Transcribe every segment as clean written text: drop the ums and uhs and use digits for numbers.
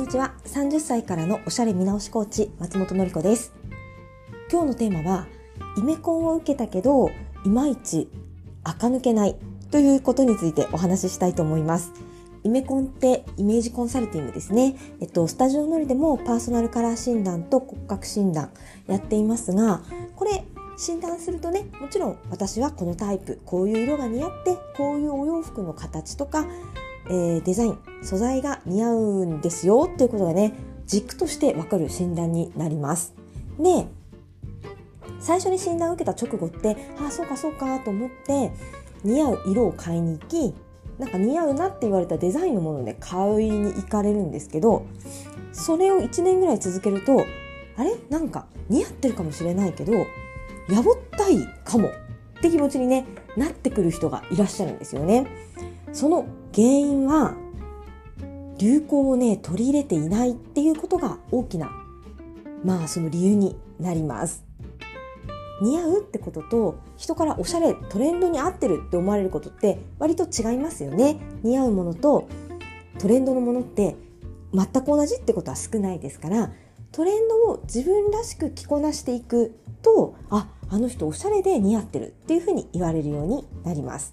にちは。30歳からのおしゃれ見直しコーチ松本のり子です。今日のテーマはイメコンを受けたけどいまいち垢抜けないということについてお話ししたいと思います。イメコンってイメージコンサルティングですね。スタジオのりでもパーソナルカラー診断と骨格診断やっていますが、これ診断するとね、もちろん私はこのタイプ、こういう色が似合ってこういうお洋服の形とかデザイン、素材が似合うんですよっていうことがね、軸としてわかる診断になります。で、最初に診断を受けた直後って、そうかそうかと思って似合う色を買いに行き、なんか似合うなって言われたデザインのものをね、買いに行かれるんですけど、それを1年ぐらい続けると、なんか似合ってるかもしれないけど、やぼったいかもって気持ちにね、なってくる人がいらっしゃるんですよね。その原因は流行をね、取り入れていないっていうことが大きなその理由になります。似合うってことと、人からおしゃれ、トレンドに合ってるって思われることって割と違いますよね。似合うものとトレンドのものって全く同じってことは少ないですから、トレンドを自分らしく着こなしていくと、あの人おしゃれで似合ってるっていうふうに言われるようになります。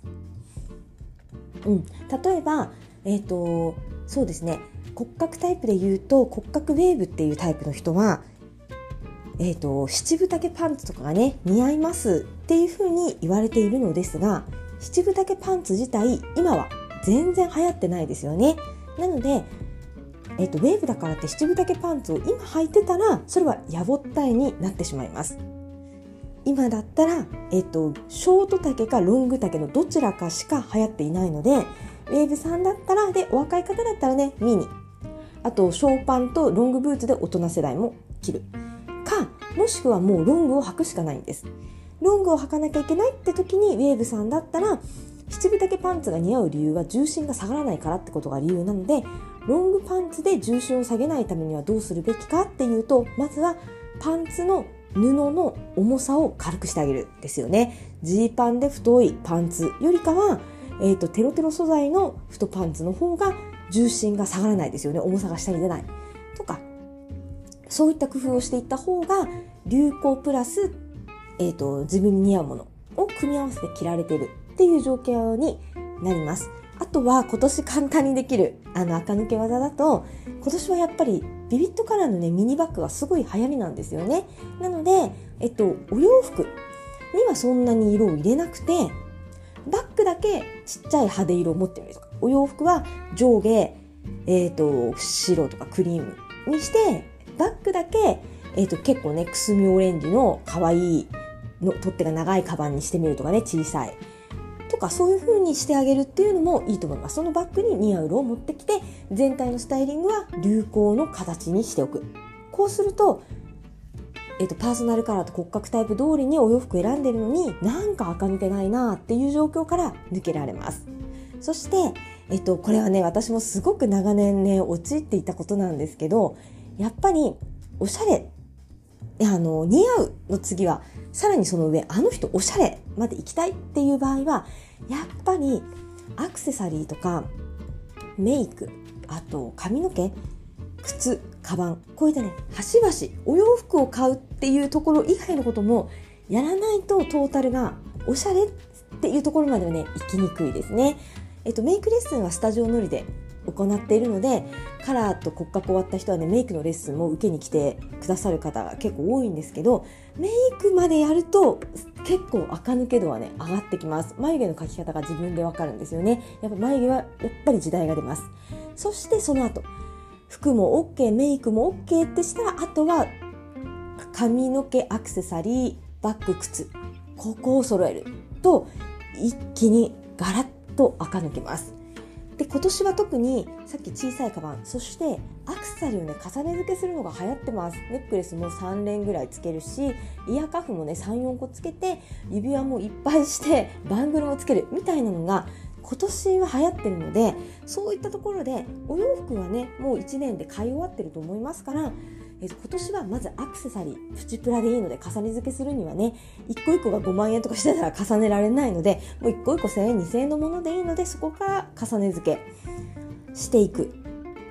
例えば、そうですね、骨格タイプで言うと骨格ウェーブっていうタイプの人は、七分丈パンツとかがね似合いますっていう風に言われているのですが、七分丈パンツ自体今は全然流行ってないですよね。なので、ウェーブだからって七分丈パンツを今履いてたら、それはやぼったいになってしまいます。今だったら、ショート丈かロング丈のどちらかしか流行っていないので、ウェーブさんだったら、でお若い方だったらね、ミニ、あとショーパンとロングブーツで大人世代も着るか、もしくはもうロングを履くしかないんです。ロングを履かなきゃいけないって時に、ウェーブさんだったら七分丈パンツが似合う理由は重心が下がらないからってことが理由なので、ロングパンツで重心を下げないためにはどうするべきかっていうと、まずはパンツの布の重さを軽くしてあげるですよね。ジーパンで太いパンツよりかは、テロテロ素材の太パンツの方が重心が下がらないですよね。重さが下に出ないとか、そういった工夫をしていった方が流行プラス、自分に似合うものを組み合わせて着られているっていう状況になります。あとは今年簡単にできる垢抜け技だと、今年はやっぱりビビットカラーのねミニバッグがすごい流行りなんですよね。なので、お洋服にはそんなに色を入れなくて、バッグだけちっちゃい派手色を持ってみるとか、お洋服は上下、白とかクリームにして、バッグだけ、結構ねくすみオレンジの可愛いの取っ手が長いカバンにしてみるとかね、小さいとか、そういう風にしてあげるっていうのもいいと思います。そのバッグに似合う色を持ってきて、全体のスタイリングは流行の形にしておく。こうすると、パーソナルカラーと骨格タイプ通りにお洋服選んでるのに、なんか垢抜けないなっていう状況から抜けられます。そして、これはね、私もすごく長年ね陥っていたことなんですけど、やっぱりおしゃれ、似合うの次はさらにその上、あの人おしゃれまで行きたいっていう場合は、やっぱりアクセサリーとかメイク、あと髪の毛、靴、カバン、こういったね端々お洋服を買うっていうところ以外のこともやらないと、トータルがおしゃれっていうところまではね行きにくいですね。メイクレッスンはスタジオのりで行っているので、カラーと骨格終わった人はね、メイクのレッスンも受けに来てくださる方が結構多いんですけど、メイクまでやると結構垢抜け度はね上がってきます。眉毛の描き方が自分でわかるんですよね。やっぱ眉毛はやっぱり時代が出ます。そしてその後、服も OK、 メイクも OK ってしたら、あとは髪の毛、アクセサリー、バッグ、靴、ここを揃えると一気にガラッと垢抜けます。で、今年は特にさっき小さいカバン、そしてアクセサリーをね重ね付けするのが流行ってます。ネックレスも3連ぐらいつけるし、イヤーカフもね 3,4 個つけて、指輪もいっぱいしてバングルもつけるみたいなのが今年は流行ってるので、そういったところでお洋服はねもう1年で買い終わってると思いますから、今年はまずアクセサリープチプラでいいので、重ね付けするにはね一個一個が5万円とかしてたら重ねられないので、もう一個一個1000円2000円のものでいいので、そこから重ね付けしていく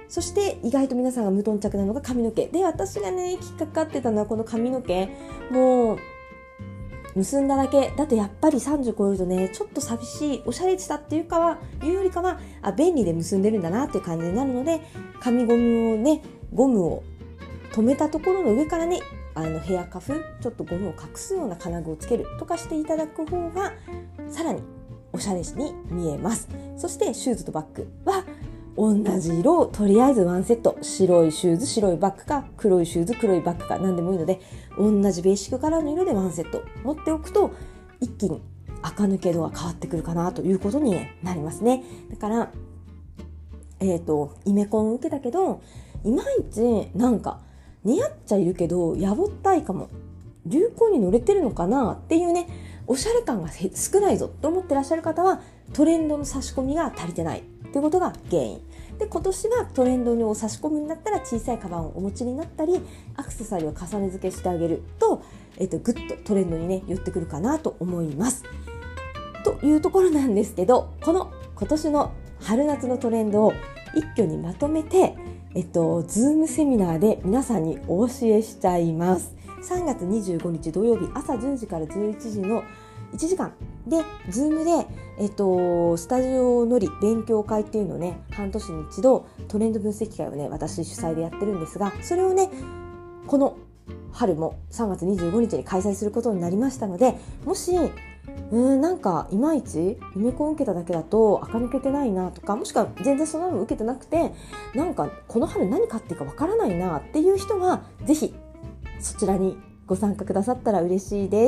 そして意外と皆さんが無頓着なのが髪の毛で、私がね引っかかってたのはこの髪の毛。もう結んだだけだとやっぱり30超えるとねちょっと寂しい、おしゃれしたっていうよりかは便利で結んでるんだなっていう感じになるので、紙ゴムを留めたところの上からねヘアカフちょっとゴムを隠すような金具をつけるとかしていただく方がさらにおしゃれに見えます。そしてシューズとバッグは同じ色をとりあえずワンセット、白いシューズ白いバッグか黒いシューズ黒いバッグか何でもいいので、同じベーシックカラーの色でワンセット持っておくと一気に垢抜け度が変わってくるかなということになりますね。だからイメコン受けたけどいまいちなんか似合っちゃいるけどやぼったいかも、流行に乗れてるのかなっていうね、おしゃれ感が少ないぞと思ってらっしゃる方はトレンドの差し込みが足りてないということが原因で、今年はトレンドに差し込むんだったら小さいカバンをお持ちになったりアクセサリーを重ね付けしてあげると、ぐっとトレンドにね寄ってくるかなと思いますというところなんですけど、今年の春夏のトレンドを一挙にまとめてズームセミナーで皆さんにお教えしちゃいます。3月25日土曜日朝10時から11時の1時間でズームで、スタジオのり勉強会っていうのをね半年に一度トレンド分析会をね私主催でやってるんですが、それをねこの春も3月25日に開催することになりましたので、もしなんかいまいちイメコン受けただけだと垢抜けてないなとか、もしくは全然そのの受けてなくてなんかこの春何買っていいかわからないなっていう人はぜひそちらにご参加くださったら嬉しいです。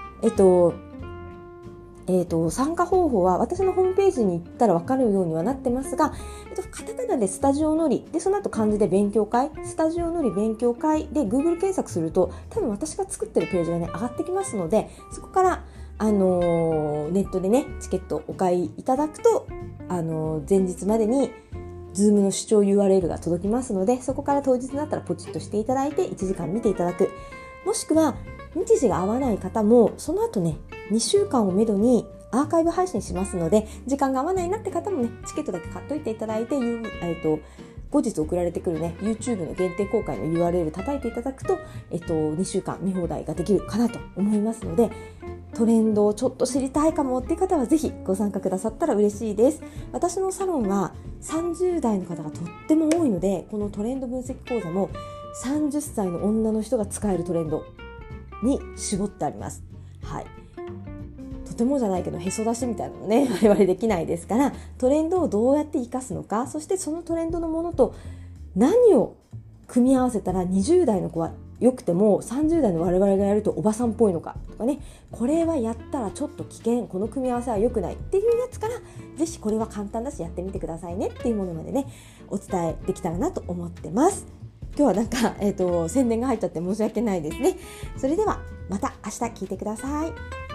参加方法は私のホームページに行ったら分かるようにはなってますが、カタカナでスタジオのりでその後漢字で勉強会、スタジオのり勉強会で Google 検索すると多分私が作ってるページがね上がってきますので、そこからネットでねチケットをお買いいただくと前日までに Zoom の視聴 URL が届きますので、そこから当日になったらポチッとしていただいて1時間見ていただく、もしくは日時が合わない方もその後ね2週間をめどにアーカイブ配信しますので、時間が合わないなって方もねチケットだけ買っといていただいて、後日送られてくるね YouTube の限定公開の URL 叩いていただくと、2週間見放題ができるかなと思いますので、トレンドをちょっと知りたいかもっていう方はぜひご参加くださったら嬉しいです。私のサロンは30代の方がとっても多いので、このトレンド分析講座も30歳の女の人が使えるトレンドに絞ってあります。はい、とてもじゃないけどへそ出しみたいなのね我々できないですから、トレンドをどうやって活かすのか、そしてそのトレンドのものと何を組み合わせたら20代の子は良くても30代の我々がやるとおばさんっぽいのかとかね、これはやったらちょっと危険、この組み合わせは良くないっていうやつから、ぜひこれは簡単だしやってみてくださいねっていうものまでねお伝えできたらなと思ってます。今日はなんか、宣伝が入っちゃって申し訳ないですね。それではまた明日聞いてください。